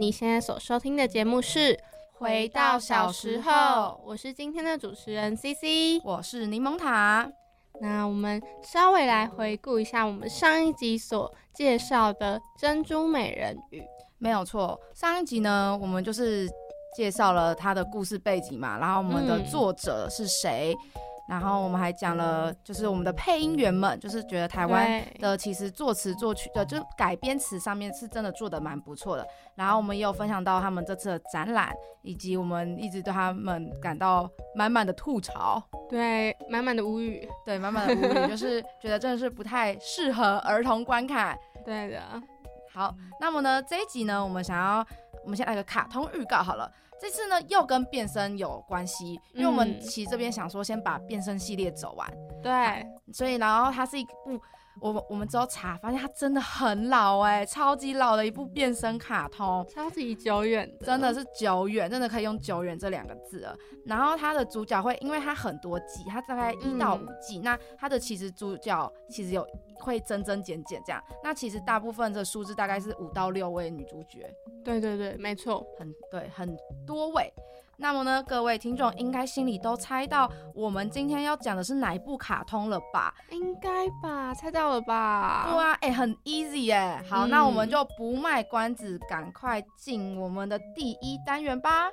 你现在所收听的节目是《回到小时候》，我是今天的主持人 CC， 我是柠檬塔。 那我们稍微来回顾一下我们上一集所介绍的珍珠美人鱼。 没有错，上一集呢，我们就是介绍了他的故事背景嘛，然后我们的作者是谁，然后我们还讲了就是我们的配音员们，就是觉得台湾的其实作词作曲的就是改编词上面是真的做的蛮不错的，然后我们也有分享到他们这次的展览，以及我们一直对他们感到满满的吐槽， 对，满满的无语， 对，满满的无语，就是觉得真的是不太适合儿童观看。 对的。 好，那么呢这一集呢，我们先来个卡通预告好了。这次呢又跟变身有关系，因为我们其实这边想说先把变身系列走完， 对， 所以然后它是一部我们之后查发现它真的很老超级老的一部变身卡通， 超级久远的， 真的是久远，真的可以用久远这2个字了。然后它的主角会，因为它很多季，它大概1到5季，那它的其实主角其实有会增增减减这样，那其实大部分的数字大概是5到6位女主角。 对对对，没错， 很多位。那么呢，各位听众应该心里都猜到我们今天要讲的是哪一部卡通了吧？ 应该吧，猜到了吧？ 对啊，很 easy 好，那我们就不卖关子，赶快进我们的第1单元吧。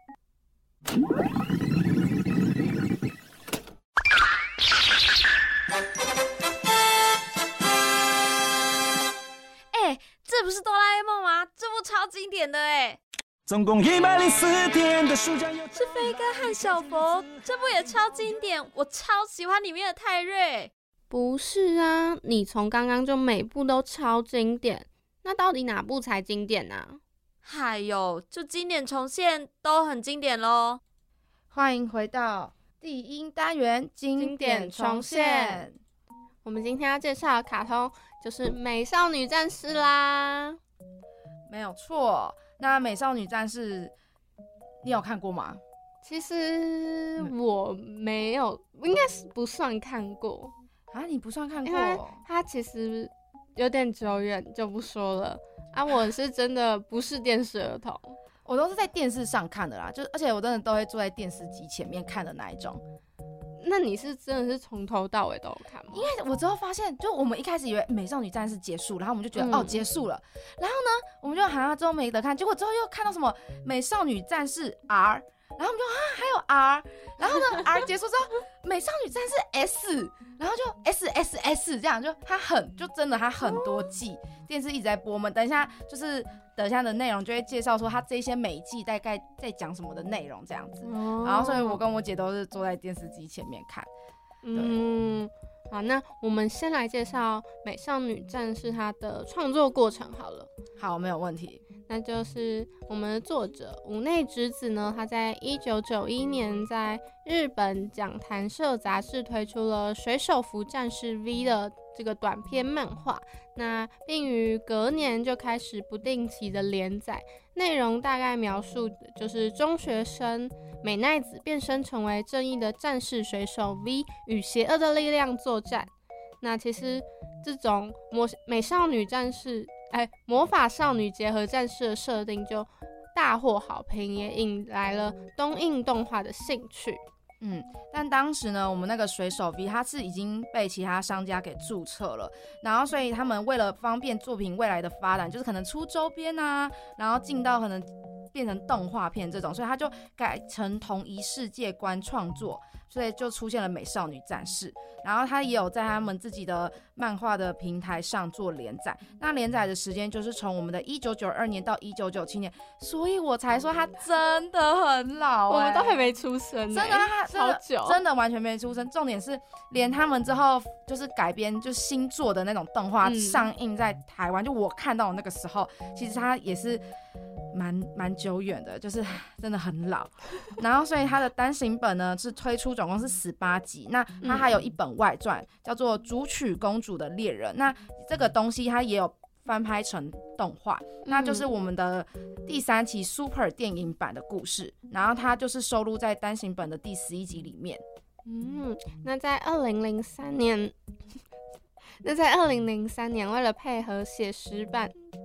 这不是哆啦 A 梦吗？这部超经典的总共104天的暑假是飞哥和小佛，这部也超经典，我超喜欢里面的泰瑞。 不是啊，你从刚刚就每部都超经典，那到底哪部才经典啊？ 还有，就经典重现都很经典咯。 欢迎回到第1单元经典重现。 我们今天要介绍的卡通就是《美少女战士》啦。 没有错，那《美少女战士》你有看过吗？ 其实我没有，应该是不算看过啊。你不算看过？ 因为它其实有点久远，就不说了啊。我是真的不是电视儿童， 我都是在电视上看的啦，而且我真的都会坐在电视机前面看的那一种。 那你是真的是从头到尾都有看吗？ 因为我之后发现，就我们一开始以为美少女战士结束，然后我们就觉得、结束了，然后呢我们就之后没得看，结果之后又看到什么美少女战士 R， 然后我们就还有 R， 然后呢 R 结束之后美少女战士 S， 然后就 SSS 这样，就真的它很多季，电视一直在播。我们等一下的内容就会介绍说它这些每一季大概在讲什么的内容这样子，然后所以我跟我姐都是坐在电视机前面看。 好，那我们先来介绍《美少女战士》它的创作过程好了。 好，没有问题。 那就是我们的作者五内直子呢，他在1991年在日本讲谈社杂志推出了《水手服战士 V》的这个短篇漫画，那并于隔年就开始不定期的连载，内容大概描述就是中学生美奈子变身成为正义的战士水手 V 与邪恶的力量作战。那其实这种美少女战士魔法少女结合战士的设定就大获好评，也引来了东映动画的兴趣。 但当时呢，我们那个水手 V 它是已经被其他商家给注册了，然后所以他们为了方便作品未来的发展，就是可能出周边啊，然后进到可能变成动画片这种，所以他就改成同一世界观创作，所以就出现了美少女战士。然后他也有在他们自己的漫画的平台上做连载，那连载的时间就是从我们的1992年到1997年，所以我才说他真的很老我们都还没出生真的他超久， 真的完全没出生。重点是连他们之后就是改编就新做的那种动画上映在台湾，就我看到的那个时候，其实他也是蛮久远的，就是真的很老。然后所以他的单行本呢是推出总共是18集，那他还有一本外传叫做《竹取公主的猎人》，那这个东西它也有翻拍成动画，那就是我们的第3期 Super 电影版的故事，然后它就是收录在单行本的第11集里面。 那在2003年，为了配合写实版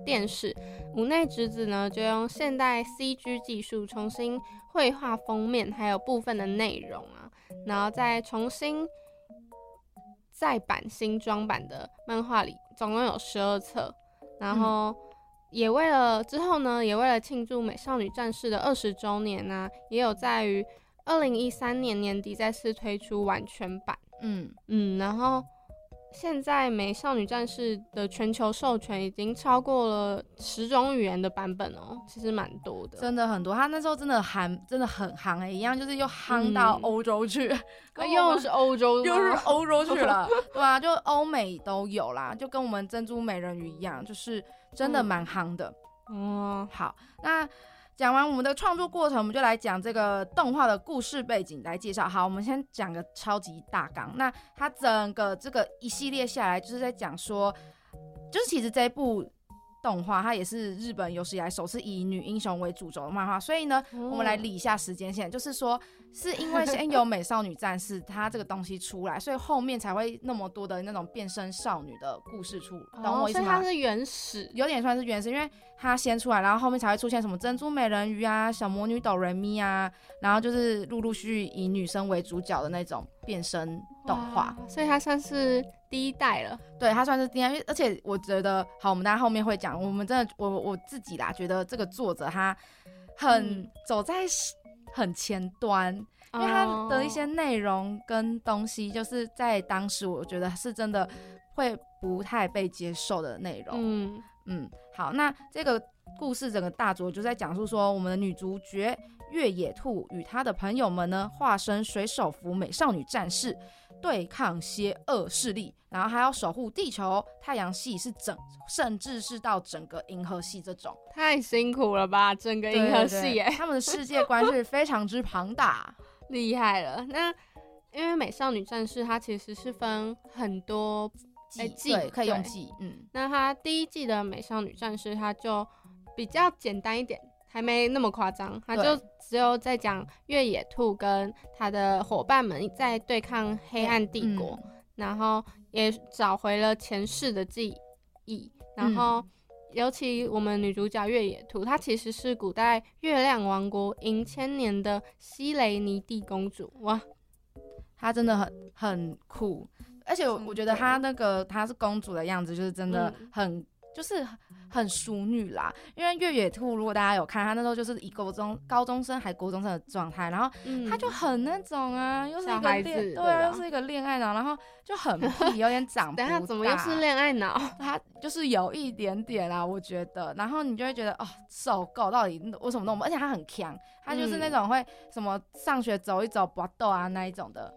电视，五内直子呢就用现代 CG 技术重新绘画封面，还有部分的内容啊，然后再重新再版新装版的漫画里，总共有12册，然后也为了之后呢，也为了庆祝美少女战士的20周年啊，也有在于2013年年底再次推出完全版。然后现在美少女战士的全球授权已经超过了10种语言的版本哦，其实蛮多的， 真的很多。他那时候真的很夯一样，就是又夯到欧洲去， 又是欧洲去了，对啊，就欧美都有啦，就跟我们珍珠美人鱼一样，就是真的蛮夯的。好，那讲完我们的创作过程，我们就来讲这个动画的故事背景来介绍。好，我们先讲个超级大纲。那它整个这个一系列下来，就是在讲说，就是其实这一部动画它也是日本有史以来首次以女英雄为主轴的漫画，所以呢，我们来理一下时间线，就是说是因为先有美少女战士它这个东西出来，所以后面才会那么多的那种变身少女的故事出，懂我意思吗？ 所以它是原始， 有点算是原始，因为它先出来，然后后面才会出现什么珍珠美人鱼啊、小魔女哆瑞咪啊，然后就是陆陆续续以女生为主角的那种变身动画， 所以它算是第一代了。 对，它算是第一代，而且我觉得，好，我们大家后面会讲，我们真的，我自己啦，觉得这个作者他很走在很前端，因为他的一些内容跟东西，就是在当时我觉得是真的会不太被接受的内容。好，那这个故事整个大主就在讲述说，我们的女主角越野兔与她的朋友们呢，化身水手服美少女战士，对抗邪恶势力，然后还要守护地球、太阳系，甚至是到整个银河系这种。 太辛苦了吧，整个银河系耶！ 他们的世界观是非常之庞大， 厉害了。那因为美少女战士它其实是分很多季， 对，可以用季。 那它第一季的美少女战士它就比较简单一点，还没那么夸张，它就只有在讲越野兔跟他的伙伴们在对抗黑暗帝国，然后也找回了前世的记忆，然后尤其我们女主角越野兔，她其实是古代月亮王国银千年的西雷尼蒂公主。哇， 她真的很酷，而且我觉得她是公主的样子，就是真的就是很淑女啦。因为越野兔如果大家有看，她那时候就是以高中生还国中生的状态，然后她就很那种啊，又是一个又是一个恋爱脑，然后就很屁，有点长不大。 等下怎么又是恋爱脑？ 她就是有一点点啦，我觉得。然后你就会觉得哦，受够，到底为什么弄不？而且她很强，她就是那种会什么上学走一走搏斗啊那一种的。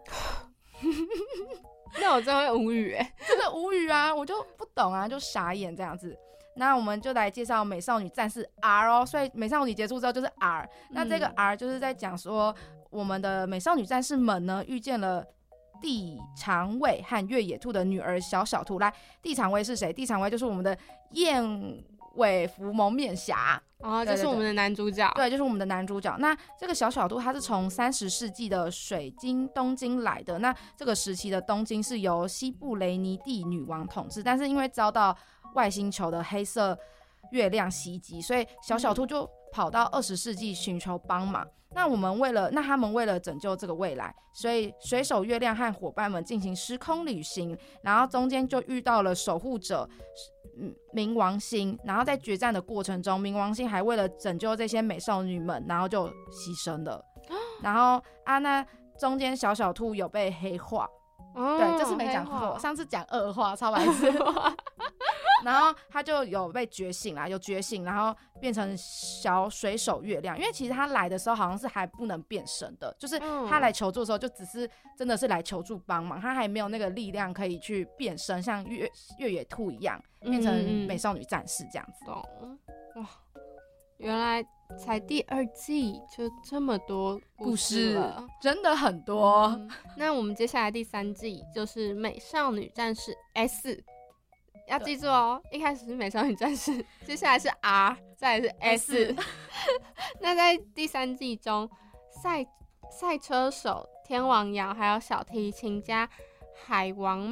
那我真会无语真的无语啊，我就不懂啊，就傻眼这样子。那我们就来介绍美少女战士 R 哦，所以美少女结束之后就是 R。那这个 R 就是在讲说，我们的美少女战士们呢遇见了地长尾和越野兔的女儿小小兔。来，地长尾是谁？地长尾就是我们的燕尾服蒙面侠。 就是我们的男主角。 对，就是我们的男主角。那这个小小兔，它是从30世纪的水晶东京来的。那这个时期的东京是由西部雷尼蒂女王统治，但是因为遭到外星球的黑色月亮袭击，所以小小兔就跑到20世纪寻求帮忙。那他们为了拯救这个未来，所以水手月亮和伙伴们进行时空旅行，然后中间就遇到了守护者冥王星，然后在决战的过程中，冥王星还为了拯救这些美少女们，然后就牺牲了。然后那中间小小兔有被黑化，对，这次没讲错，上次讲恶化，超白痴。然后他就有被觉醒啦，有觉醒，然后变成小水手月亮。因为其实他来的时候好像是还不能变身的，就是他来求助的时候就只是真的是来求助帮忙，他还没有那个力量可以去变身，像越野兔一样变成美少女战士这样子。 哇，原来才第2季就这么多故事了， 真的很多。 那我们接下来第3季就是美少女战士 S。要记住哦，一开始是美少女战士，接下来是 R， 再来是 S。那在第3季中，赛车手天王瑶还有小提琴家海王满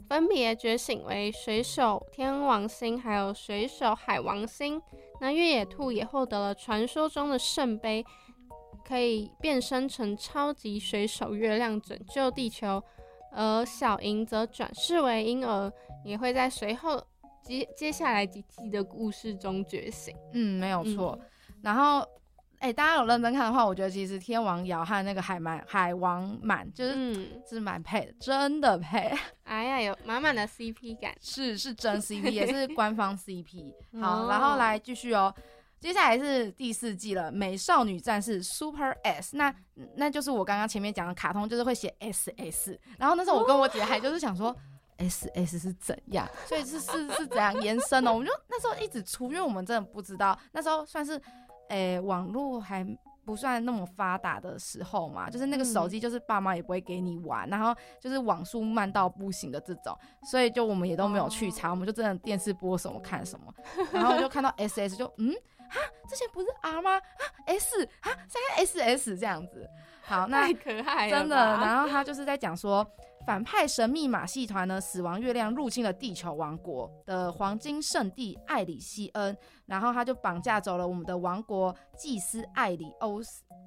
分别觉醒为水手天王星还有水手海王星。那越野兔也获得了传说中的圣杯，可以变身成超级水手月亮拯救地球，而小银则转世为婴儿，也会在随后接下来几季的故事中觉醒。 没有错。然后大家有认真看的话，我觉得其实天王瑶和那个海王满是蛮配的，真的配。 哎呀，有满满的 CP 感， 是真 CP， 也是官方 CP。好，然后来继续哦。接下来是第4季了，美少女战士 Super S， 那就是我刚刚前面讲的卡通，就是会写 SS。然后那时候我跟我姐还就是想说SS 是怎样，所以是怎样延伸的？我们就那时候一直出，因为我们真的不知道，那时候算是网络还不算那么发达的时候嘛，就是那个手机就是爸妈也不会给你玩，然后就是网速慢到不行的这种，所以就我们也都没有去查，我们就真的电视播什么看什么，然后就看到 SS 就之前不是 R 吗？S 现在 SS 这样子。好，那太可爱了吧， 真的。然后他就是在讲说，反派神秘马戏团呢，死亡月亮入侵了地球王国的黄金圣地艾里希恩，然后他就绑架走了我们的王国祭司艾利欧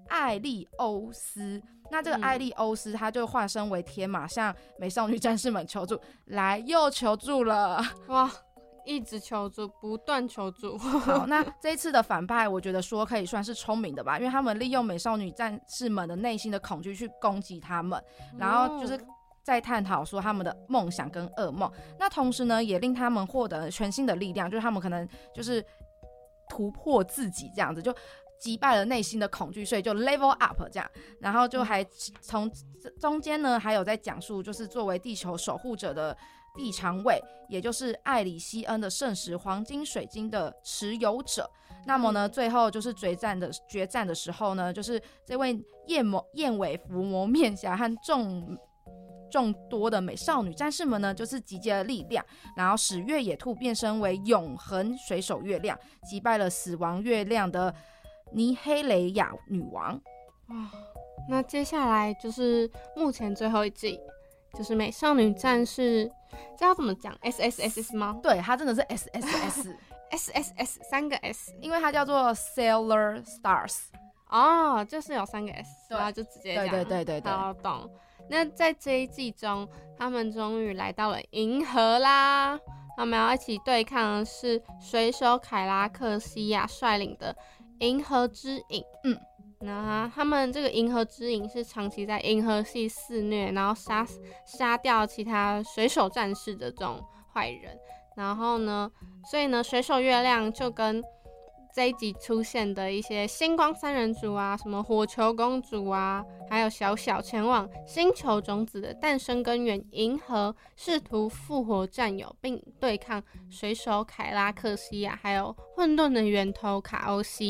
斯。那这个艾利欧斯他就化身为天马，向美少女战士们求助，又求助了， 哇！一直求助，不断求助。 好，那这一次的反派，我觉得说可以算是聪明的吧，因为他们利用美少女战士们的内心的恐惧去攻击他们，然后就是在探讨说他们的梦想跟噩梦。那同时呢，也令他们获得全新的力量，就是他们可能就是突破自己这样子，就击败了内心的恐惧，所以就 level up 这样。然后就还从中间呢，还有在讲述就是作为地球守护者的地长卫，也就是艾里希恩的圣石黄金水晶的持有者。那么呢，最后就是决战的时候呢，就是这位燕尾伏魔面侠和众多的美少女战士们呢，就是集结了力量，然后使越野兔变身为永恒水手月亮，击败了死亡月亮的尼黑雷亚女王。 那接下来就是目前最后一季，就是美少女战士，这要怎么讲 ？SSS 吗？ 对，它真的是 SSS SSS 3个 S， 因为它叫做 Sailor Stars。 哦，就是有3个 S， 然后就直接讲。 对， 好懂。那在这一季中，他们终于来到了银河啦。他们要一起对抗的是水手凯拉克西亚率领的银河之影。那他们这个银河之影是长期在银河系肆虐，然后杀掉其他水手战士的这种坏人。然后呢，所以呢，水手月亮就跟这一集出现的一些星光三人组啊，什么火球公主啊，还有小前往星球种子的诞生根源银河，试图复活战友，并对抗水手凯拉克西亚，还有混沌的源头卡欧斯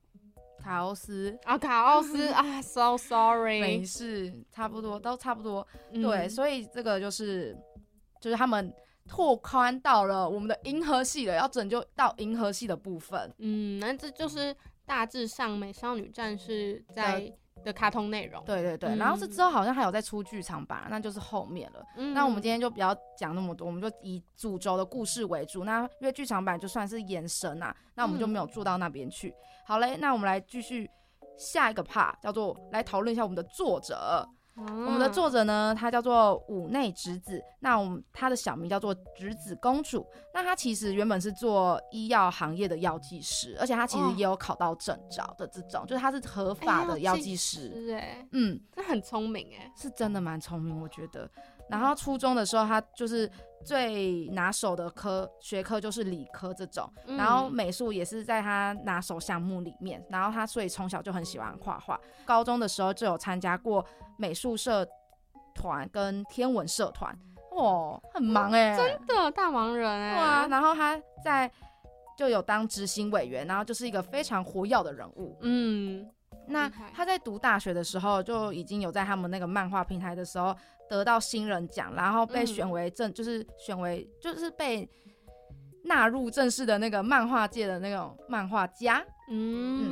啊 ，so sorry， 没事，都差不多。对，所以这个就是他们拓宽到了我们的银河系了，要拯救到银河系的部分。 那这就是大致上美少女战士在的卡通内容。 对，然后这之后好像还有在出剧场版，那就是后面了。那我们今天就不要讲那么多，我们就以主轴的故事为主。那因为剧场版就算是延伸啊，那我们就没有住到那边去。好嘞，那我们来继续下一个 part， 叫做来讨论一下我们的作者。我们的作者呢，她叫做武内直子，那她的小名叫做直子公主。那她其实原本是做医药行业的药剂师，而且她其实也有考到证照的这种，就是她是合法的药剂师。 这很聪明是真的蛮聪明，我觉得。然后初中的时候，她就是最拿手的学科就是理科这种，然后美术也是在她拿手项目里面。然后她所以从小就很喜欢画画，高中的时候就有参加过美术社团跟天文社团，很忙真的大忙人哇！然后她就有当执行委员，然后就是一个非常活跃的人物。那他在读大学的时候就已经有在他们那个漫画平台的时候得到新人奖，然后被选为就是被纳入正式的那个漫画界的那种漫画家。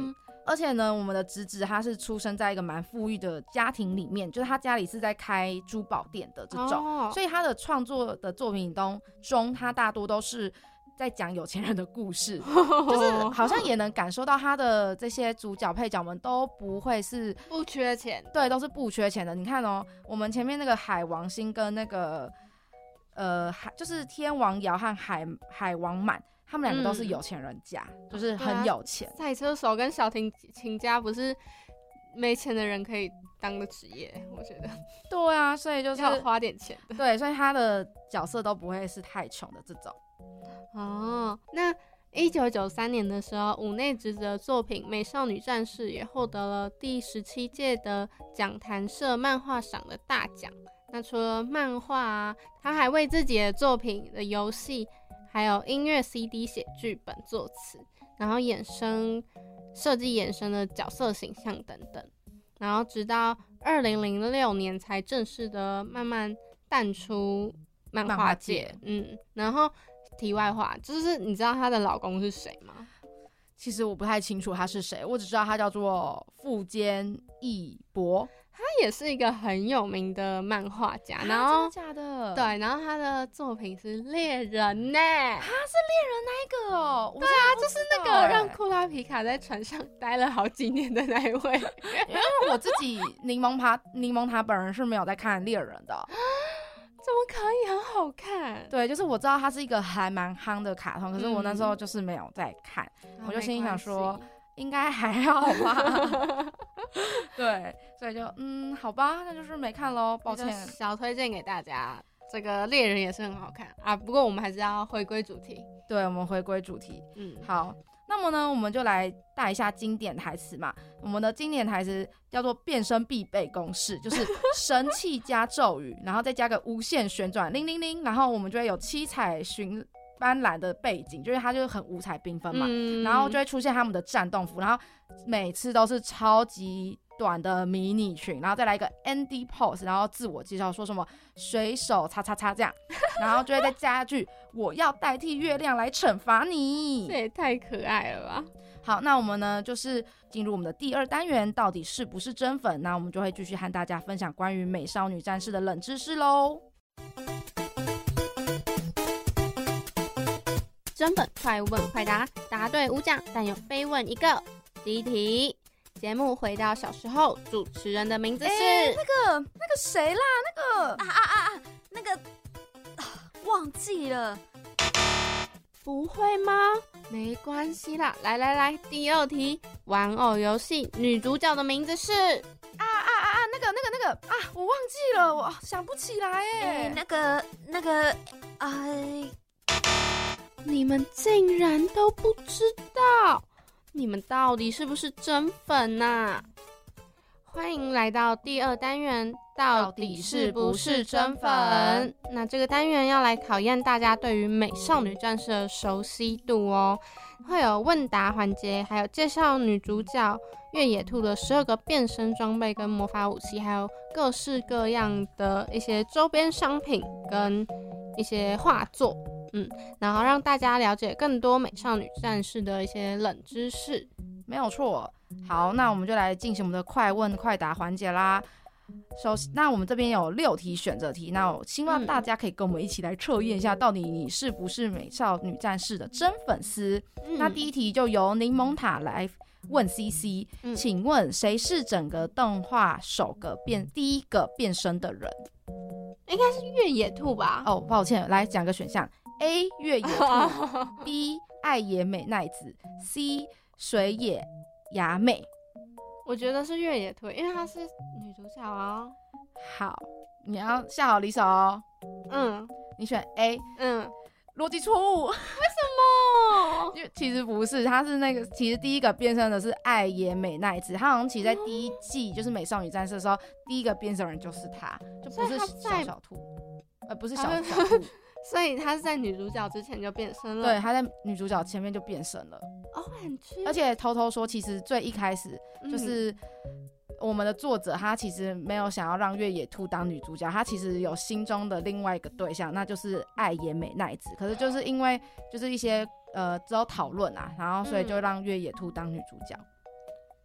而且呢，我们的直子他是出生在一个蛮富裕的家庭里面，就是他家里是在开珠宝店的这种，所以他的创作的作品中，他大多都是在讲有钱人的故事，就是好像也能感受到他的这些主角配角们都不会是不缺钱， 对，都是不缺钱的。你看哦，我们前面那个海王星跟那个就是天王瑶和海王满。他们两个都是有钱人家，就是很有钱。 赛车手跟小提琴家不是没钱的人可以当的职业，我觉得。 对啊，所以就是要花点钱的。 对，所以他的角色都不会是太穷的这种。 哦，那1993年的时候，五内直子的作品《美少女战士》也获得了第17届的讲谈社漫画赏的大奖。那除了漫画啊，他还为自己的作品的游戏还有音乐 CD 写剧本作词，然后设计衍生的角色形象等等，然后直到2006年才正式的慢慢淡出漫画界。然后题外话，就是你知道她的老公是谁吗？ 其实我不太清楚他是谁，我只知道他叫做富坚义博。 他也是一个很有名的漫画家，然后真的假的？ 对，然后他的作品是猎人呢， 他是猎人那一个哦。 对啊，就是那个让库拉皮卡在船上待了好几年的那一位。 因为我自己柠檬塔本人是没有在看猎人的。 怎么可以？很好看。 对，就是我知道它是一个还蛮夯的卡通，可是我那时候就是没有在看，我就心里想说应该还好吧。对，所以就好吧，那就是没看咯，抱歉。 小推荐给大家，这个猎人也是很好看啊。不过我们还是要回归主题。 对，我们回归主题。好。那么呢，我们就来带一下经典台词嘛。我们的经典台词叫做变身必备公式，就是神器加咒语，然后再加个无限旋转铃铃铃，然后我们就会有七彩寻斑斓的背景，就是它就是很五彩缤纷嘛，然后就会出现他们的战斗服，然后每次都是超级短的迷你裙，然后再来一个 ND pose， 然后自我介绍说什么水手叉叉叉这样，然后就会再加一句我要代替月亮来惩罚你。 这也太可爱了吧。 好，那我们呢就是进入我们的第2单元，到底是不是真粉？那我们就会继续和大家分享关于美少女战士的冷知识咯。 真粉快问快答，答对5奖，但有非问1个。第一题，节目回到小时候，主持人的名字是那个谁啦？ 那个忘记了。 不会吗？没关系啦。来，第2题，玩偶游戏女主角的名字是那个啊，我忘记了，我想不起来哎。 那个你们竟然都不知道，你们到底是不是真粉啊？欢迎来到第2单元，到底是不是真粉？那这个单元要来考验大家对于美少女战士的熟悉度哦，会有问答环节，还有介绍女主角越野兔的12个变身装备跟魔法武器，还有各式各样的一些周边商品跟一些画作。然后让大家了解更多美少女战士的一些冷知识。 没有错。好，那我们就来进行我们的快问快答环节啦。那我们这边有6题选择题，那我希望大家可以跟我们一起来测验一下，到底你是不是美少女战士的真粉丝。那第一题就由柠檬塔来问 CC，请问谁是整个动画第一个变身的人？ 应该是越野兔吧？ 哦，抱歉，来讲个选项。A 越野兔B 爱野美奈子 C 水野雅美。 我觉得是越野兔，因为她是女主角哦。 好，你要下好离手哦。你选 A。逻辑错误。为什么？ 因为其实不是，他是其实第一个变身的是爱野美奈子，他好像其实在第1季就是美少女战士的时候，第一个变身人就是他，就不是小兔，不是小兔。 所以他是在女主角之前就变身了。 对，他在女主角前面就变身了。而且偷偷说，其实最一开始就是我们的作者他其实没有想要让越野兔当女主角，他其实有心中的另外一个对象，那就是爱野美奈子。可是就是因为就是一些之后讨论啊，然后所以就让越野兔当女主角。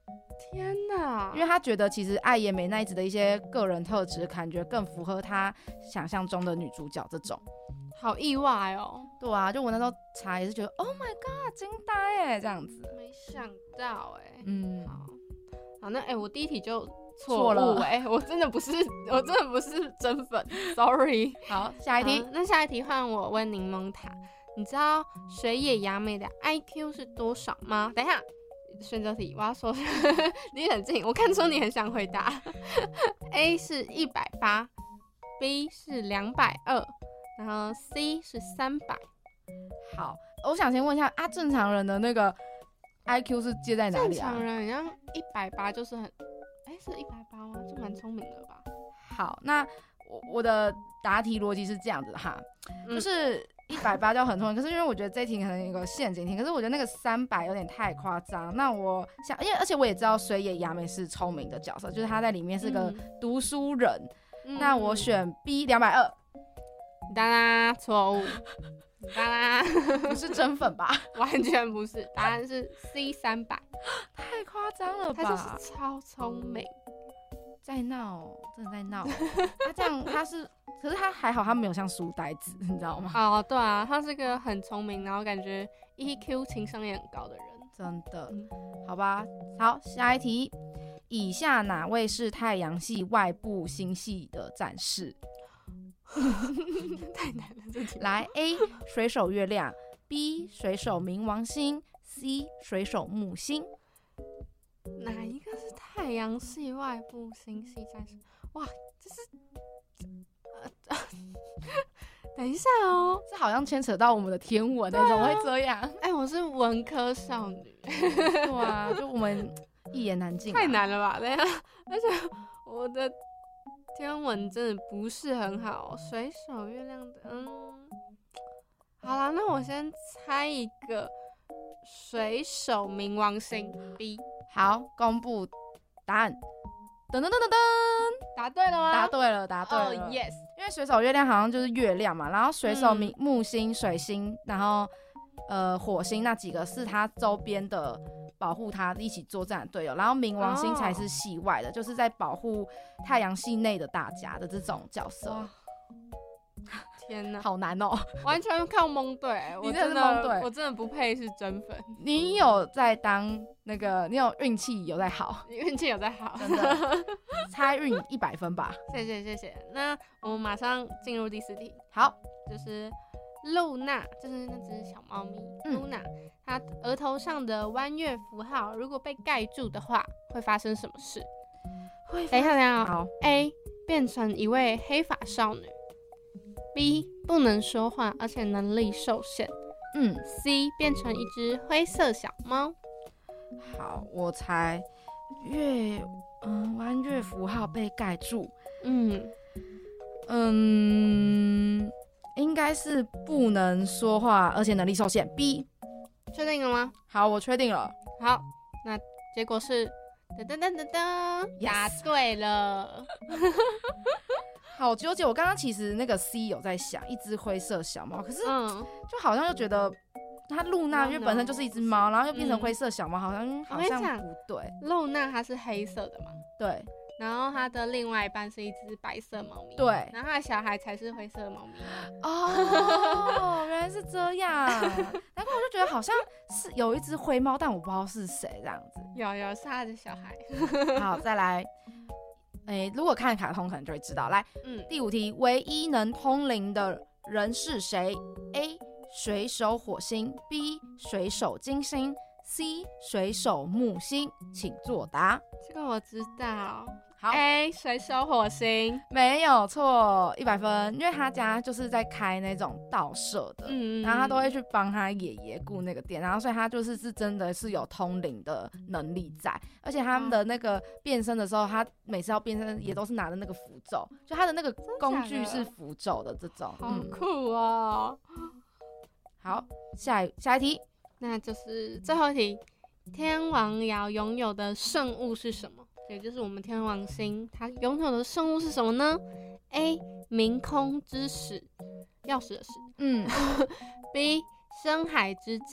天哪！ 因为他觉得其实爱野美奈子的一些个人特质，感觉更符合他想象中的女主角这种。 好意外哦。 对啊，就我那时候查也是觉得 ，Oh my god， 惊呆哎，这样子。 没想到哎。 嗯， 好，那我第一题就错了哎，我真的不是真粉，sorry。 好，下一题。 那下一题换我问柠檬塔，你知道水野雅美的 IQ 是多少吗？等一下，选择题我要说，你冷静，我看出你很想回答。A 是180，B 是220，然后 C 是300。 好，我想先问一下啊，正常人的那个 IQ 是接在哪里啊？ 正常人，然后180就是很，是180吗？就蛮聪明的吧？ 好，那我的答题逻辑是这样子的哈，就是180就很聪明，可是因为我觉得这一题可能有一个陷阱题，可是我觉得那个300有点太夸张。那我想，而且我也知道水野雅美是聪明的角色，就是她在里面是个读书人。那我选 B 220。 哒啦，错误。哒啦， 不是真粉吧？ 完全不是，答案是 C 300。 太夸张了吧？ 他就是超聪明， 在闹，真的在闹。他这样，可是他还好，他没有像书呆子，你知道吗？ 哦，对啊，他是个很聪明，然后感觉 EQ 情商也很高的人。 真的，好吧。好，下一题，以下哪位是太阳系外部星系的战士？ 太难了，这题。 来 ，A 水手月亮 ，B 水手冥王星 ，C 水手木星。 哪一个是太阳系外部星系战士？哇，这是等一下哦， 这好像牵扯到我们的天文，怎么会这样？ 我是文科少女。 对啊，就我们一言难尽。 太难了吧？等一下，而且我的天文真的不是很好。水手月亮的，好啦，那我先猜一个水手冥王星 B。 好，公布答案。噔噔噔噔噔， 答对了吗？ 答对了。 Oh yes。 因为水手月亮好像就是月亮嘛，然后水手木星、水星，然后火星那几个是它周边的保护它一起作战的队友，然后冥王星才是系外的，就是在保护太阳系内的大家的这种角色。 天哪， 好难哦， 完全靠蒙对， 你真的是蒙对， 我真的不配是真粉。 你有在当那个，你有运气有在好， 你运气有在好， 真的，猜运100分吧。 谢谢。那我们马上进入第4题。 好， 就是露娜，就是那只小猫咪露娜，它额头上的弯月符号如果被盖住的话，会发生什么事？等一下， 好 ，A 变成一位黑发少女。B 不能说话，而且能力受限。C 变成一只灰色小猫。 好，我猜弯月符号被盖住。应该是不能说话，而且能力受限。B 确定了吗？ 好，我确定了。 好，那结果是答对了。 好纠结，我刚刚其实那个 C 有在想一只灰色小猫，可是就好像又觉得它露娜因为本身就是一只猫，然后又变成灰色小猫，好像不对。 露娜它是黑色的嘛？ 对。 然后它的另外一半是一只白色猫咪， 对。 然后它的小孩才是灰色猫咪。 哦，原来是这样。难怪我就觉得好像是有一只灰猫，但我不知道是谁这样子。 有是他的小孩。 好，再来。如果看卡通可能就会知道。来，第5题，唯一能通灵的人是谁 ？A 水手火星 ，B 水手金星 ，C 水手木星，请作答。 这个我知道。 好 ，A 水手火星没有错，100分。因为他家就是在开那种道社的，然后他都会去帮他爷爷顾那个店，然后所以他就是真的是有通灵的能力在，而且他们的那个变身的时候，他每次要变身也都是拿着那个符咒，就他的那个工具是符咒的这种， 好酷哦。 好，下一题， 那就是最后一题，天王爻拥有的圣物是什么？也就是我们天王星，它拥有的圣物是什么呢 ？A 冥空之矢，钥匙的矢。B 深海之镜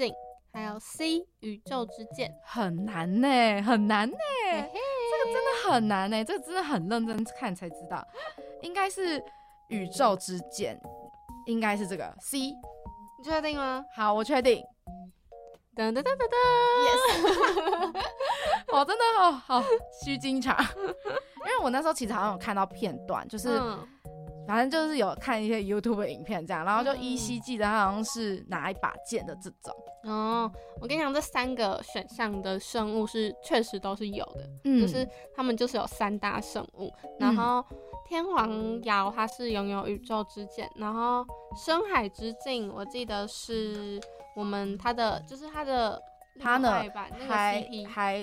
还有 C 宇宙之剑。 很难呢，很难呢，这个真的很难呢，这个真的很认真看才知道，应该是宇宙之剑，应该是这个 C。 你确定吗？ 好，我确定。 噔噔噔噔噔 ，yes 我真的好虚惊场，因为我那时候其实好像有看到片段，就是反正就是有看一些 YouTube 的影片这样，然后就依稀记得它好像是哪一把剑的这种。 哦，我跟你讲，这3个选项的生物是确实都是有的，就是他们就是有3大生物，然后天皇瑶它是拥有宇宙之剑，然后深海之镜我记得是我们它的partner 那个 CP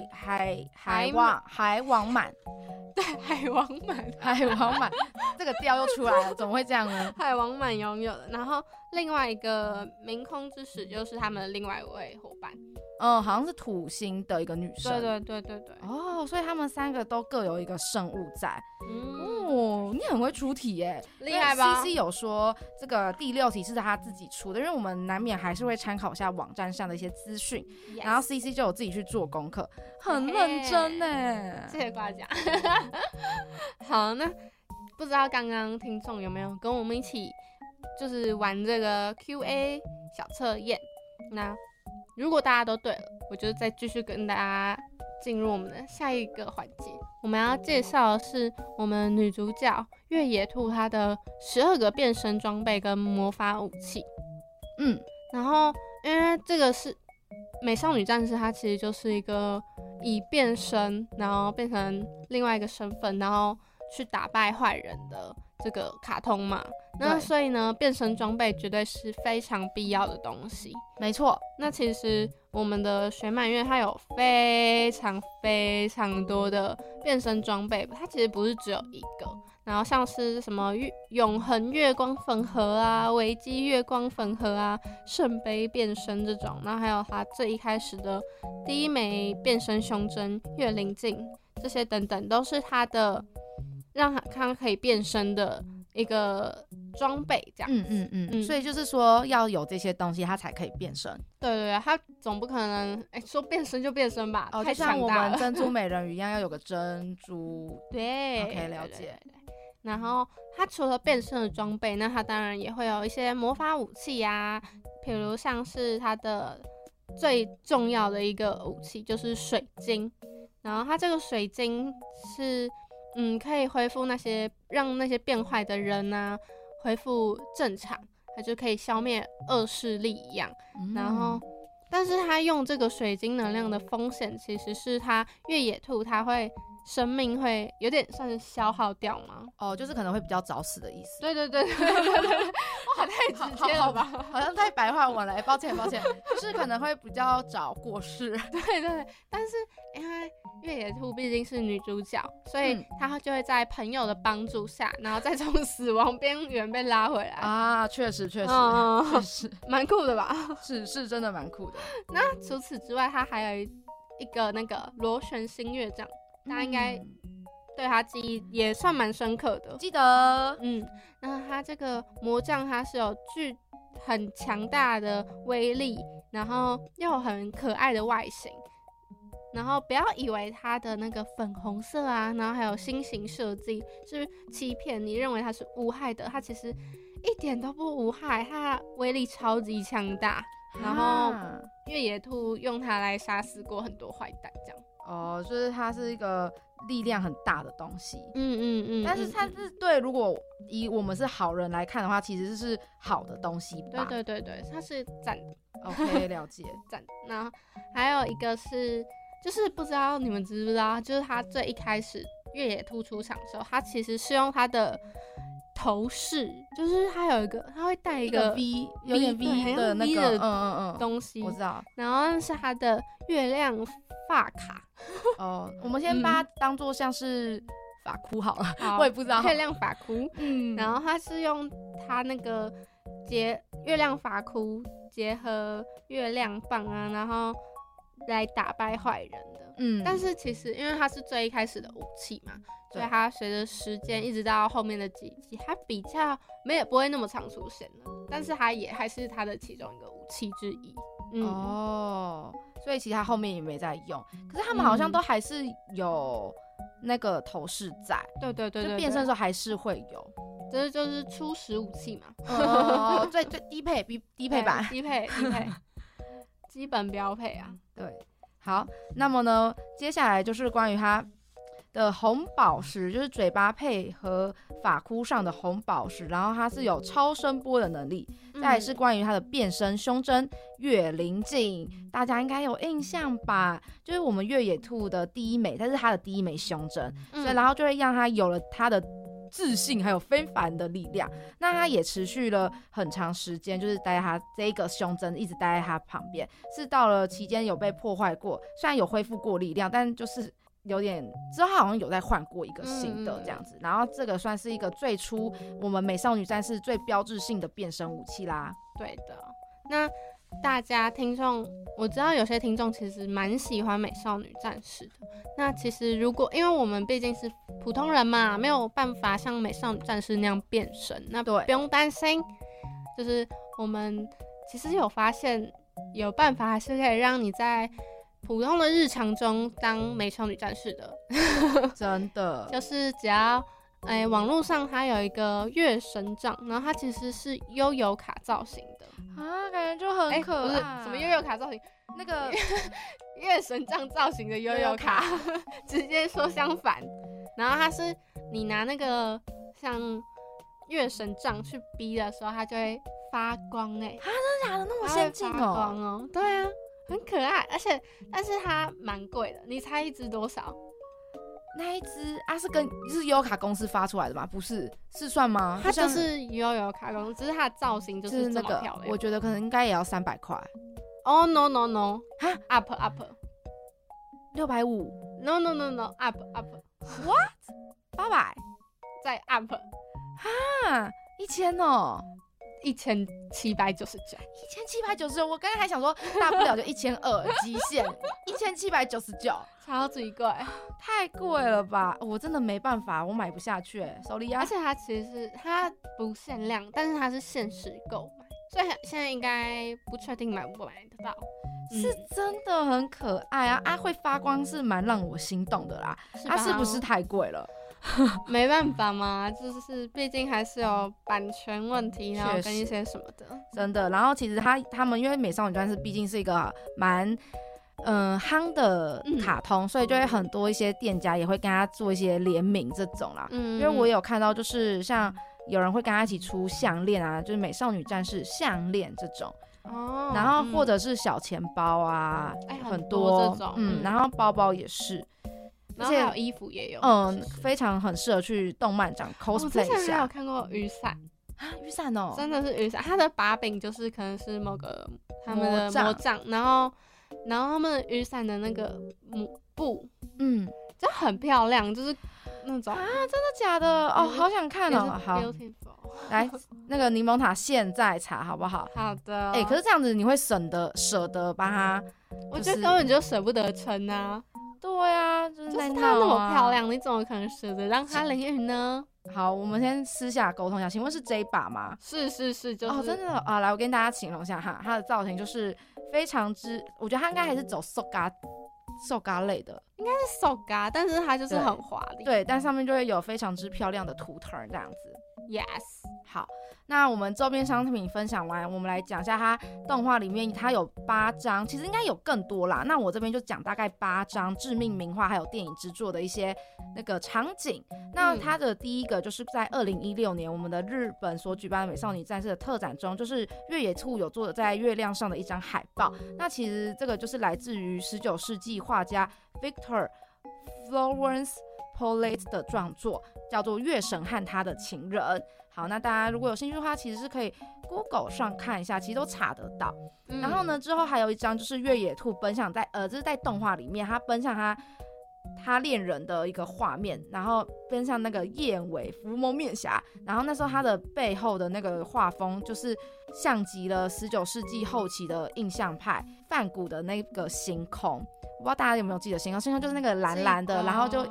海王满， 对，海王满， 这个调又出来了，怎么会这样呢？ 海王满拥有的，然后另外一个冥空之使就是他们的另外一位伙伴， 好像是土星的一个女生， 对， 哦，所以他们3个都各有一个生物在，哦，你很会出题耶， 厉害吧 ？CC 有说这个第6题是他自己出的，因为我们难免还是会参考一下网站上的一些资讯，然后 CC 就有自己去做功课，很认真呢， 谢谢夸奖。好，那不知道刚刚听众有没有跟我们一起就是玩这个 QA 小测验？那如果大家都对了，我就再继续跟大家进入我们的下一个环节。我们要介绍的是我们女主角越野兔她的12个变身装备跟魔法武器。然后因为这个是美少女战士，它其实就是一个以变身然后变成另外一个身份，然后去打败坏人的这个卡通嘛。那所以呢，变身装备绝对是非常必要的东西。 没错。 那其实我们的水满月它有非常非常多的变身装备，它其实不是只有一个。然后像是什么永恒月光粉盒啊、危机月光粉盒啊、圣杯变身这种，然后还有它最一开始的第一枚变身胸针月灵镜，这些等等都是它的让它可以变身的一个装备，这样。 所以就是说要有这些东西，它才可以变身。 对，它总不可能说变身就变身吧？太就像我强大了们珍珠美人鱼一样，要有个珍珠。 对 ，OK， 了解。 对。然后它除了变身的装备，那它当然也会有一些魔法武器啊，比如像是它的最重要的一个武器就是水晶。然后它这个水晶是可以恢复让那些变坏的人啊恢复正常，它就可以消灭恶势力一样。然后但是它用这个水晶能量的风险其实是它越野兔它会生命会有点算是消耗掉吗？ 就是可能会比较早死的意思。 对，哇，太直接了吧？ 好像太白话文了，抱歉，就是可能会比较早过世。 对，但是因为越野兔毕竟是女主角，所以她就会在朋友的帮助下，然后再从死亡边缘被拉回来啊，确实， 蛮酷的吧？ 是真的蛮酷的。 那除此之外，她还有一个那个螺旋星月杖。大家应该对他记忆也算蛮深刻的， 记得。 那他这个魔杖它是有很强大的威力，然后又有很可爱的外形，然后不要以为它的那个粉红色啊，然后还有心形设计是欺骗你，认为它是无害的，它其实一点都不无害，它威力超级强大，然后越野兔用它来杀死过很多坏蛋，这样。 就是它是一个力量很大的东西。但是它是对，如果以我们是好人来看的话，其实是好的东西吧？ 对，它是赞的。 OK， 了解。 赞。那还有一个是，就是不知道你们知不知道，就是它最一开始越野兔出场的时候，它其实是用它的头饰，就是它会戴一个 V， 有点 V 的那个东西， 我知道。 然后那是它的月亮发卡。 我们先把它当作像是发箍好了，我也不知道。 月亮发箍，然后它是用它那个月亮发箍结合月亮棒啊，然后来打败坏人的。但是其实因为它是最一开始的武器嘛，所以它随着时间一直到后面的几集，它比较不会那么常出现了，但是它也还是它的其中一个武器之一。 所以其实他后面也没在用，可是他们好像都还是有那个头饰在， 对， 就变身的时候还是会有， 这就是初始武器嘛， 最低配低配版， 低配基本标配啊。 对，好，那么呢，接下来就是关于它的红宝石，就是嘴巴配合发箍上的红宝石，然后它是有超声波的能力。再来是关于它的变身胸针月灵镜，大家应该有印象吧？就是我们越野兔的第一枚，但是它的第一枚胸针，所以然后就会让它有了它的自信还有非凡的力量。那它也持续了很长时间，就是待在它这个胸针一直待在它旁边，是到了期间有被破坏过，虽然有恢复过力量，但就是有点之后好像有再换过一个新的这样子，然后这个算是一个最初我们美少女战士最标志性的变身武器啦。 对的，那大家听众，我知道有些听众其实蛮喜欢美少女战士的。那其实如果因为我们毕竟是普通人嘛，没有办法像美少女战士那样变身，那不用担心，就是我们其实有发现有办法，还是可以让你在普通的日常中当美少女战士的。 真的就是只要网络上它有一个月神杖，然后它其实是悠游卡造型的啊，感觉就很可爱。 不是什么悠游卡造型， 那个月神杖造型的悠游卡，直接说相反。然后它是你拿那个像月神杖去逼的时候，它就会发光真的假的那么先进发光哦？对啊，很可爱，但是它蛮贵的，你猜一只多少？ 那一只是悠游卡公司发出来的吗？不是，是算吗？ 它就是悠游卡公司，只是它的造型就是这么漂亮。 我觉得可能应该也要300块。 哦、no， 哈 up 650 no up what 800 再 up 哈1000哦。 1799， 我刚刚还想说大不了就1200极限1799， 超级贵， 太贵了吧？我真的没办法，我买不下去，sorry啊。 而且它其实是它不限量，但是它是限时购买，所以现在应该不确定买不买得到。 是真的很可爱啊！会发光是蛮让我心动的啦。它是不是太贵了？ 没办法嘛，就是毕竟还是有版权问题，然后跟一些什么的， 真的。然后其实他们因为美少女战士毕竟是一个蛮夯的卡通，所以就会很多一些店家也会跟他做一些联名这种啦。因为我有看到就是像有人会跟他一起出项链啊，就是美少女战士项链这种。然后或者是小钱包啊，很多这种， 然后包包也是。 然后还有衣服也有， 非常很适合去动漫展 cosplay 一下。 我之前还有看过雨伞啊，雨伞哦， 真的是雨伞，它的把柄就是可能是某个他们的魔杖，然后他们雨伞的那个布，就很漂亮，就是那种啊，真的假的？哦，好想看哦，好，来那个柠檬塔现在查好不好？ 好的。 可是这样子你会舍得把它， 我觉得根本就舍不得撑啊。 对啊，就是它那么漂亮，你怎么可能舍得让它淋雨呢？ 好，我们先私下沟通一下，请问是这一把吗？ 是，就是真的啊，来，我跟大家形容一下哈，它的造型就是非常之，我觉得它应该还是走塑嘎类的， 应该是塑嘎，但是它就是很华丽， 对，但上面就会有非常之漂亮的图腾这样子。 Yes， 好，那我们周边商品分享完，我们来讲一下它动画里面它有8张，其实应该有更多啦。那我这边就讲大概8张致命名画还有电影制作的一些那个场景。那它的第一个就是在2016年我们的日本所举办的美少女战士的特展中，就是越野兔有做的在月亮上的一张海报。那其实这个就是来自于19世纪画家 Victor Florence Paulet 的创作，叫做《月神和他的情人》。好，那大家如果有興趣的話，其實是可以 Google 上看一下，其實都查得到。然後呢，之後還有一張就是越野兔奔向這是在動畫裡面，他奔向他戀人的一個畫面，然後奔向那個燕尾伏魔面俠。然後那時候他的背後的那個畫風就是像極了19世紀後期的印象派梵谷的那個星空。我不知道大家有沒有記得星空？星空就是那個藍藍的，然後就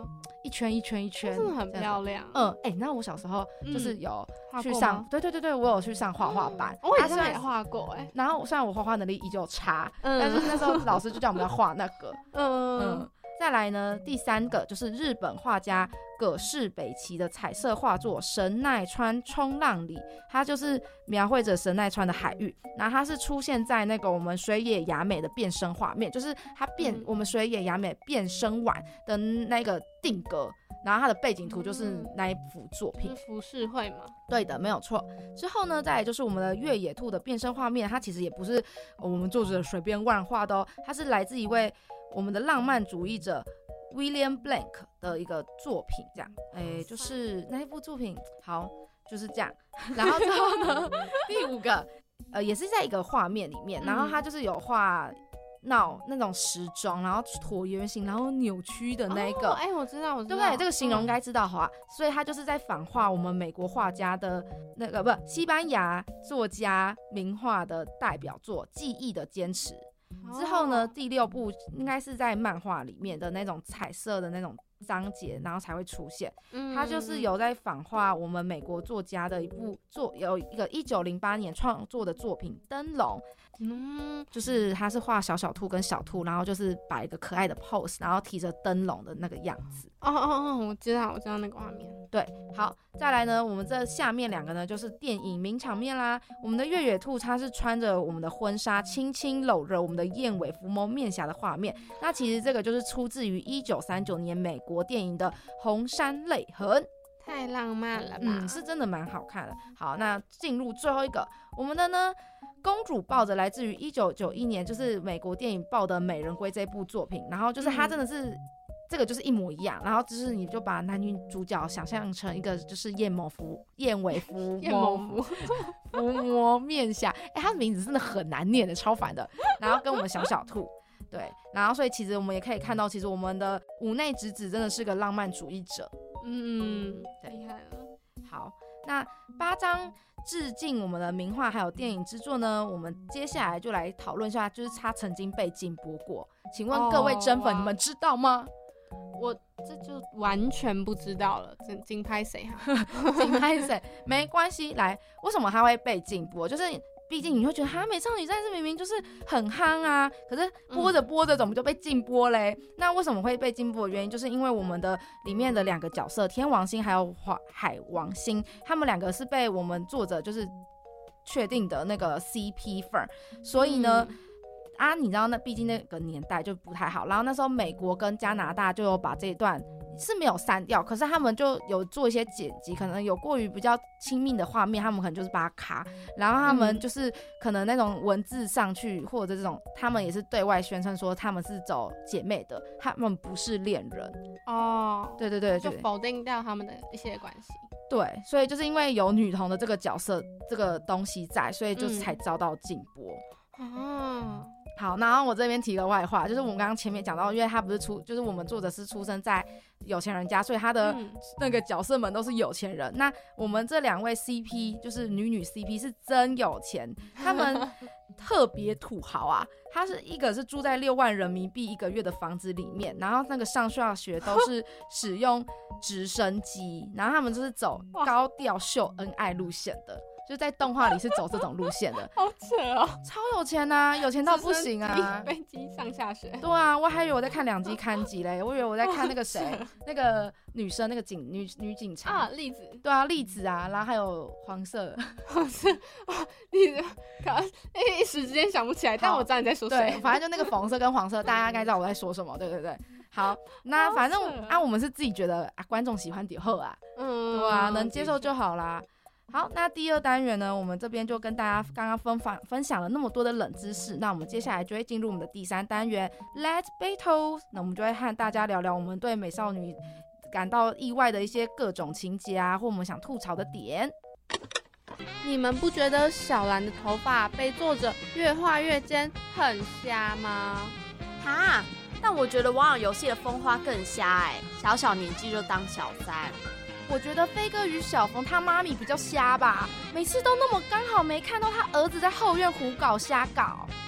一圈一圈一圈， 真的很漂亮。 那我小时候就是有去画上，对，我有去上画画班， 我以前也画过然后虽然我画画能力依旧差，但是那时候老师就叫我们要画那个，再来呢，第3个就是日本画家葛饰北齐的彩色画作《神奈川冲浪里》，它就是描绘着神奈川的海域，然后它是出现在那个我们水野雅美的变身画面，就是它我们水野雅美变身完的那个定格，然后它的背景图就是那一幅作品， 是浮世绘嘛？ 对的，没有错。之后呢，再来就是我们的越野兔的变身画面，它其实也不是我们作者随便乱画的哦，它是来自一位我们的浪漫主义者 William Blank 的一个作品，这样，就是那一部作品，好，就是这样。然后之后呢，第5个，也是在一个画面里面，然后它就是有画那种时装，然后椭圆形，然后扭曲的那一个， 我知道， 对不对？这个形容应该知道哈，所以它就是在反画我们美国画家的那个西班牙作家名画的代表作《记忆的坚持》。之后呢，第6部应该是在漫画里面的那种彩色的那种章节，然后才会出现。它就是有在反画我们美国作家的有一个1908年创作的作品《灯笼》。就是他是画小小兔跟小兔，然后就是摆一个可爱的 pose， 然后提着灯笼的那个样子。 我知道那个画面。 对，好，再来呢，我们这下面2个呢就是电影名场面啦。我们的越野兔它是穿着我们的婚纱，轻轻搂着我们的燕尾服蒙面侠的画面。那其实这个就是出自于1939年美国电影的《红山泪痕》。 太浪漫了吧？ 是真的蛮好看的。好，那进入最后一个，我们的呢，公主抱着来自于1991年，就是美国电影《抱的美人归》这部作品，然后就是它真的是。这个就是一模一样，然后就是你就把男女主角想象成一个就是燕尾服蒙面侠，他的名字真的很难念的，超烦的。然后跟我们小小兔，对，然后所以其实我们也可以看到，其实我们的五内直子真的是个浪漫主义者。 厉害了。 好，那8张致敬我们的名画还有电影之作呢，我们接下来就来讨论一下，就是它曾经被禁播过。请问各位真粉，你们知道吗？ 我这就完全不知道了，金拍谁哈？ 金拍谁？没关系，来，为什么它会被禁播？就是毕竟你会觉得美少女战士明明就是很夯啊，可是播着播着怎么就被禁播嘞？那为什么会被禁播的原因，就是因为我们的里面的2个角色天王星还有海王星，他们2个是被我们作者就是确定的那个 CP 粉，所以呢。你知道那毕竟那个年代就不太好，然后那时候美国跟加拿大就有把这一段是没有删掉，可是他们就有做一些剪辑，可能有过于比较亲密的画面，他们可能就是把它卡，然后他们就是可能那种文字上去或者这种，他们也是对外宣称说他们是走姐妹的，他们不是恋人。对， 就否定掉他们的一些关系。 对，所以就是因为有女童的这个角色这个东西在，所以就是才遭到禁播。好，然后我这边提个外话，就是我们刚刚前面讲到，因为他不是就是我们作者是出生在有钱人家，所以他的那个角色们都是有钱人。那我们这2位 CP 就是女 CP 是真有钱，他们特别土豪啊！他是一个是住在6万人民币1个月的房子里面，然后那个上下学都是使用直升机，然后他们就是走高调秀恩爱路线的。就在动画里是走这种路线的， 好扯哦， 超有钱啊，有钱到不行啊！ 飞机上下学， 对啊，我还以为我在看2机看几嘞，我以为我在看那个谁，那个女生，那个女警察栗子， 对啊，栗子啊，然后还有黄色栗子，一时之间想不起来，但我知道你在说谁。 对，反正就那个粉色跟黄色，大家应该知道我在说什么，对。好，那反正我们是自己觉得观众喜欢就好啊，对啊，能接受就好啦。好，那第2单元呢，我们这边就跟大家刚刚分享了那么多的冷知识，那我们接下来就会进入我们的第3单元 Let's Battle， 那我们就会和大家聊聊我们对美少女感到意外的一些各种情节啊，或我们想吐槽的点。 你们不觉得小兰的头发被作者越画越尖很瞎吗？ 但我觉得网友游戏的风花更瞎小年纪就当小三。 我觉得飞哥与小冯他妈咪比较瞎吧，每次都那么刚好没看到他儿子在后院胡搞瞎搞。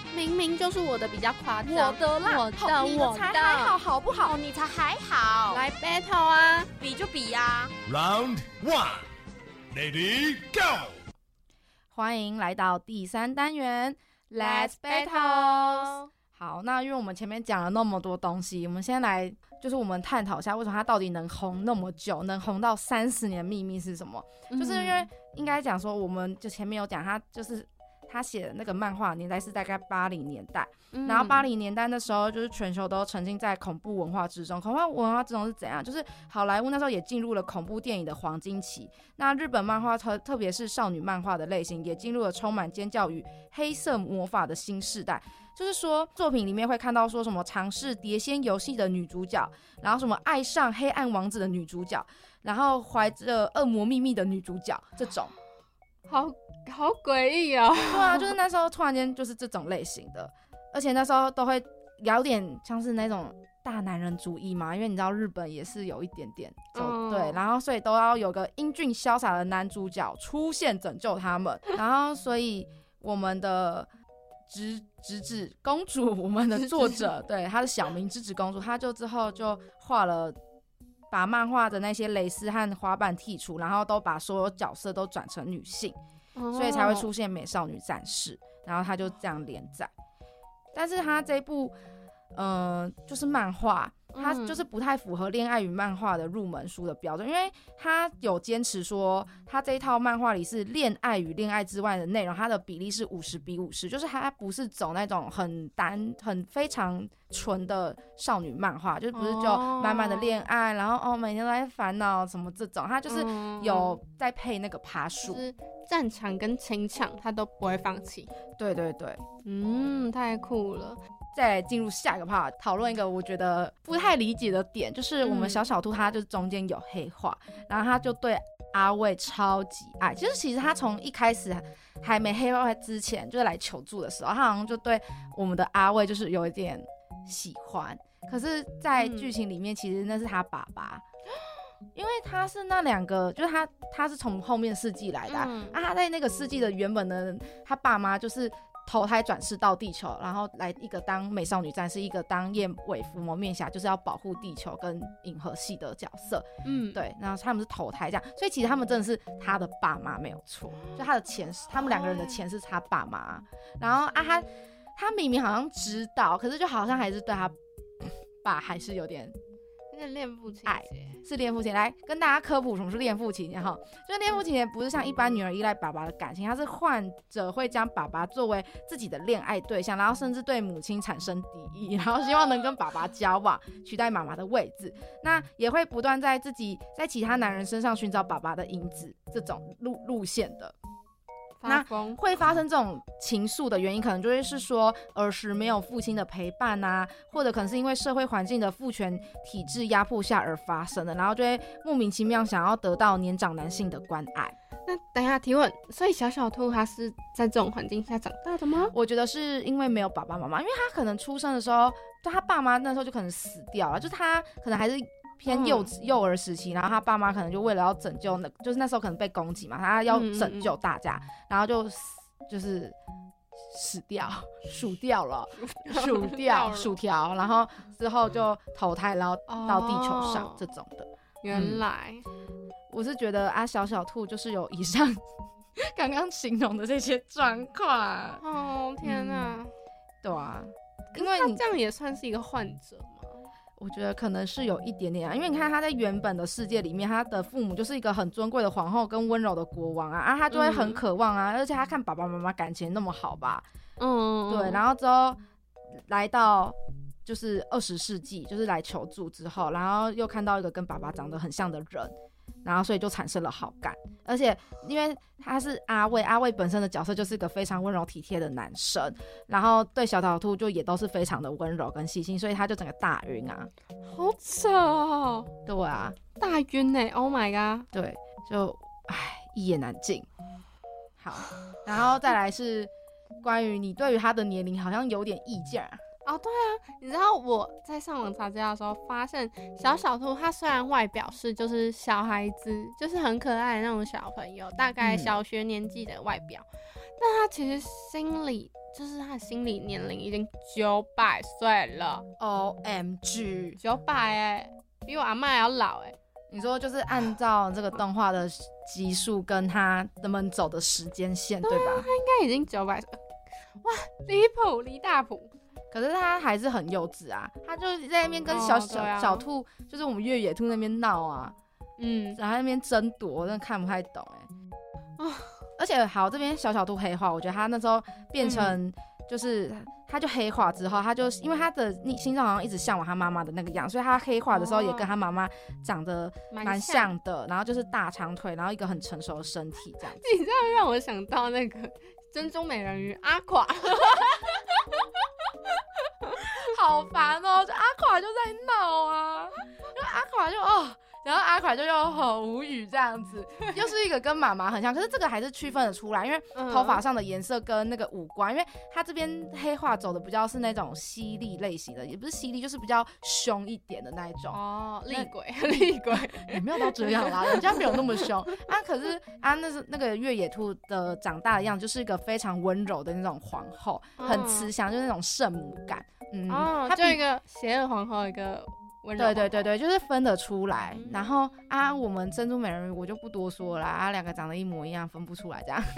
明明就是我的比较夸张。 我的啦， 你的才还好，好不好？ 你才还好。 来 battle 啊， 比就比啊。 Round 1 Ready Go。 欢迎来到第3单元 Let's Battle。好，那因为我们前面讲了那么多东西，我们先来就是我们探讨一下为什么它到底能红那么久，能红到30年，秘密是什么？就是因为应该讲说，我们就前面有讲，他就是他写的那个漫画年代是大概80年代，然后80年代的时候，就是全球都沉浸在恐怖文化之中。恐怖文化之中是怎样？就是好莱坞那时候也进入了恐怖电影的黄金期。那日本漫画特别是少女漫画的类型，也进入了充满尖叫与黑色魔法的新世代。就是说，作品里面会看到说什么尝试碟仙游戏的女主角，然后什么爱上黑暗王子的女主角，然后怀着恶魔秘密的女主角，这种， 好诡异哦。 对啊，就是那时候突然间就是这种类型的，而且那时候都会有点像是那种大男人主义嘛，因为你知道日本也是有一点点，对，然后所以都要有个英俊潇洒的男主角出现拯救他们，然后所以我们的直子公主，我们的作者对她的小名直子公主，她就之后就画了，把漫画的那些蕾丝和花瓣剔除，然后都把所有角色都转成女性，所以才会出现美少女战士，然后她就这样连载。但是她这部就是漫画，它就是不太符合恋爱与漫画的入门书的标准，因为它有坚持说，它这一套漫画里是恋爱与恋爱之外的内容，它的比例是50:50，就是它不是走那种很非常纯的少女漫画，就不是就满满的恋爱，然后每天都在烦恼什么这种，它就是有在配那个爬树， 就是战场跟情场它都不会放弃。 对对对， 太酷了。 再来进入下一个 part， 讨论一个我觉得不太理解的点，就是我们小小兔它就是中间有黑化，然后他就对阿卫超级爱，就是其实他从一开始还没黑化之前，就是来求助的时候，他好像就对我们的阿卫就是有一点喜欢，可是，在剧情里面其实那是他爸爸。因为他是那2个，就是他是从后面世纪来的他在那个世纪的原本的他爸妈就是投胎转世到地球，然后来一个当美少女战士，一个当夜尾伏魔面侠，就是要保护地球跟银河系的角色。对，然后他们是投胎这样，所以其实他们真的是他的爸妈没有错，就他的前世，他们2个人的前世是他爸妈。然后他明明好像知道，可是就好像还是对他爸还是有点恋父情节， 是恋父情。来跟大家科普什么是恋父情节哈，就是恋父情节不是像一般女儿依赖爸爸的感情，他是患者会将爸爸作为自己的恋爱对象，然后甚至对母亲产生敌意，然后希望能跟爸爸交往，取代妈妈的位置。那也会不断在其他男人身上寻找爸爸的影子，这种路线的。那会发生这种情愫的原因，可能就会是说儿时没有父亲的陪伴啊，或者可能是因为社会环境的父权体制压迫下而发生的，然后就会莫名其妙想要得到年长男性的关爱。 那等一下提问，所以小小兔他是在这种环境下长大的吗？ 我觉得是因为没有爸爸妈妈，因为他可能出生的时候，就他爸妈那时候就可能死掉了，就是他可能还是偏幼儿时期，然后他爸妈可能就为了要拯救就是那时候可能被攻击嘛，他要拯救大家，然后就是死掉，数掉了，薯条，然后之后就投胎，然后到地球上这种的。 原来， 我是觉得小小兔就是有以上刚刚形容的这些状况。 天哪， 对啊， 因为他这样也算是一个患者吗？ 我觉得可能是有一点点因为你看他在原本的世界里面，他的父母就是一个很尊贵的皇后跟温柔的国王他就会很渴望而且他看爸爸妈妈感情那么好吧，对，然后之后来到就是20世纪，就是来求助之后，然后又看到一个跟爸爸长得很像的人，然后所以就产生了好感，而且因为他是阿卫本身的角色就是一个非常温柔体贴的男生，然后对小小兔就也都是非常的温柔跟细心，所以他就整个大晕好扯哦。 对啊， 大晕Oh my god。 对，就一言难尽。好，然后再来是关于你对于他的年龄好像有点意见对啊，你知道我在上网查资料的时候发现，小小兔他虽然外表是就是小孩子，就是很可爱的那种小朋友，大概小学年纪的外表，但他其实心里就是他的心理年龄已经900岁了。 OMG， 900比我阿嬷还要老你说就是按照这个动画的集数跟他们走的时间线，对吧？ 他应该已经900岁，哇，离大谱。 可是他还是很幼稚啊，他就在那边跟小兔，就是我们越野兔那边闹啊，然后那边争夺，真的看不太懂而且好，这边小兔黑化，我觉得他那时候变成就是他就黑化之后，他就因为他的心脏好像一直向往他妈妈的那个样，所以他黑化的时候也跟他妈妈长得蛮像的，然后就是大长腿，然后一个很成熟的身体这样子。 你这样让我想到那个珍珠美人鱼阿垮。 好烦哦，就阿垮就在闹啊，因为阿垮就然后阿垮就又很无语这样子，又是一个跟妈妈很像，可是这个还是区分得出来，因为头发上的颜色跟那个五官，因为他这边黑化走的比较是那种犀利类型的，也不是犀利，就是比较凶一点的那一种。 厉鬼也没有到这样啦，人家没有那么凶啊。可是那个越野兔的长大的样子，就是一个非常温柔的那种皇后，很慈祥，就是那种圣母感。 它就一个邪恶皇后，一个温柔。 对，就是分得出来。然后我们珍珠美人鱼我就不多说啦，两个长得一模一样，分不出来这样。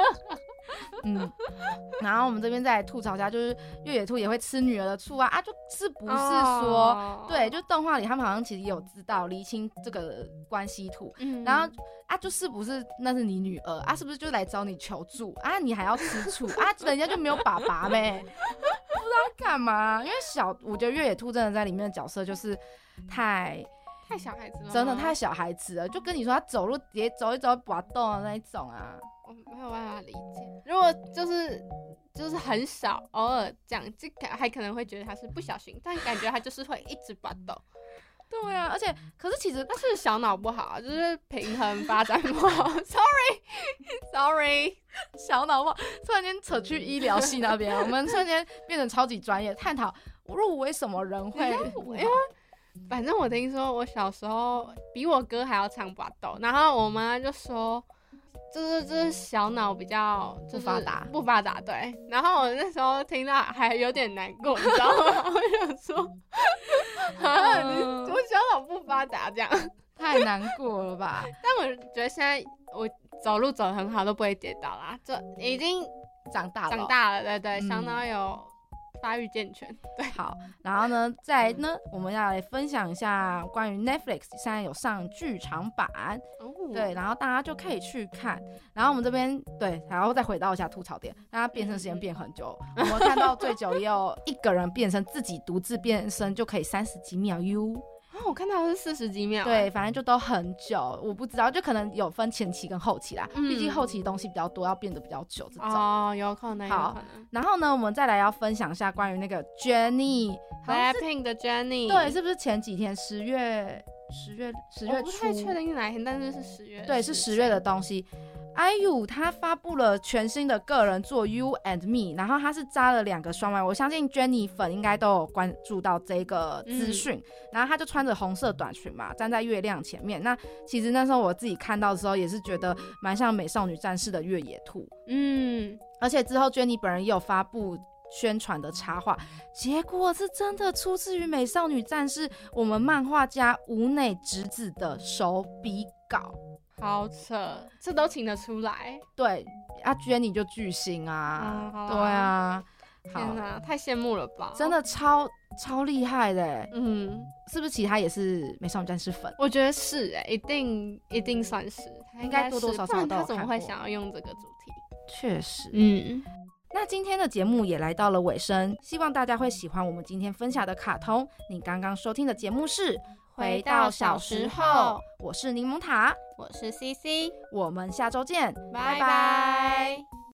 然后我们这边再来吐槽一下，就是越野兔也会吃女儿的醋就是不是说对，就动画里他们好像其实也有知道厘清这个关系图，然后就是不是那是你女儿是不是就来找你求助你还要吃醋人家就没有爸爸呗，不知道干嘛。因为我觉得越野兔真的在里面的角色就是太小孩子了， 真的太小孩子了，就跟你说他走路直接走一走滑动的那一种我没有办法理解。如果就是很少偶尔这样，就还可能会觉得他是不小心，但感觉他就是会一直滑动。 对而且可是其实他是小脑不好就是平衡发展不好。Sorry， 小脑不好，突然间扯去医疗系那边，我们瞬间变成超级专业，探讨为什么人会因为反正我听说我小时候比我哥还要常滑动，然后我妈就说就是小脑比较就是不发达对。然后我那时候听到还有点难过，你知道吗？我想说你怎么小脑不发达这样， 太难过了吧。 但我觉得现在我走路走得很好，都不会跌倒啦，就已经长大了对，小脑有发育健全。对， 好，然后呢，再来呢，我们要来分享一下关于 Netflix 现在有上剧场版，对，然后大家就可以去看。然后我们这边对，然后再回到一下吐槽点，那它变身时间变很久，我们看到最久也有一个人变身，自己独自变身就可以30几秒哟。 我看到的是40几秒。 对，反正就都很久，我不知道，就可能有分前期跟后期啦，毕竟后期东西比较多，要变得比较久这种。 有可能。 好，然后呢，我们再来要分享一下关于那个 Jennie，Blackpink 的 Jennie， 对，是不是前几天10月初？我不太确定是哪一天，但是10月。 对，是10月的东西。IU 他发布了全新的个人作 You and Me， 然后他是扎了2个双弯，我相信 Jennie 粉应该都有关注到这个资讯。然后他就穿着红色短裙嘛，站在月亮前面。那其实那时候我自己看到的时候，也是觉得蛮像美少女战士的越野兔。而且之后 Jennie 本人也有发布宣传的插画，结果是真的出自于美少女战士我们漫画家吾内直子的手笔稿。 好扯，这都请得出来。 对，Jennie 就巨星啊，对啊， 天哪，太羡慕了吧！ 真的超厉害的。是不是其他也是美少女战士粉？ 我觉得是一定算是， 应该多多少少都有看过。 他怎么会想要用这个主题？ 确实，那今天的节目也来到了尾声，希望大家会喜欢我们今天分享的卡通。你刚刚收听的节目是回到小时候， 我是柠檬塔， 我是 CC， 我们下周见， 拜拜。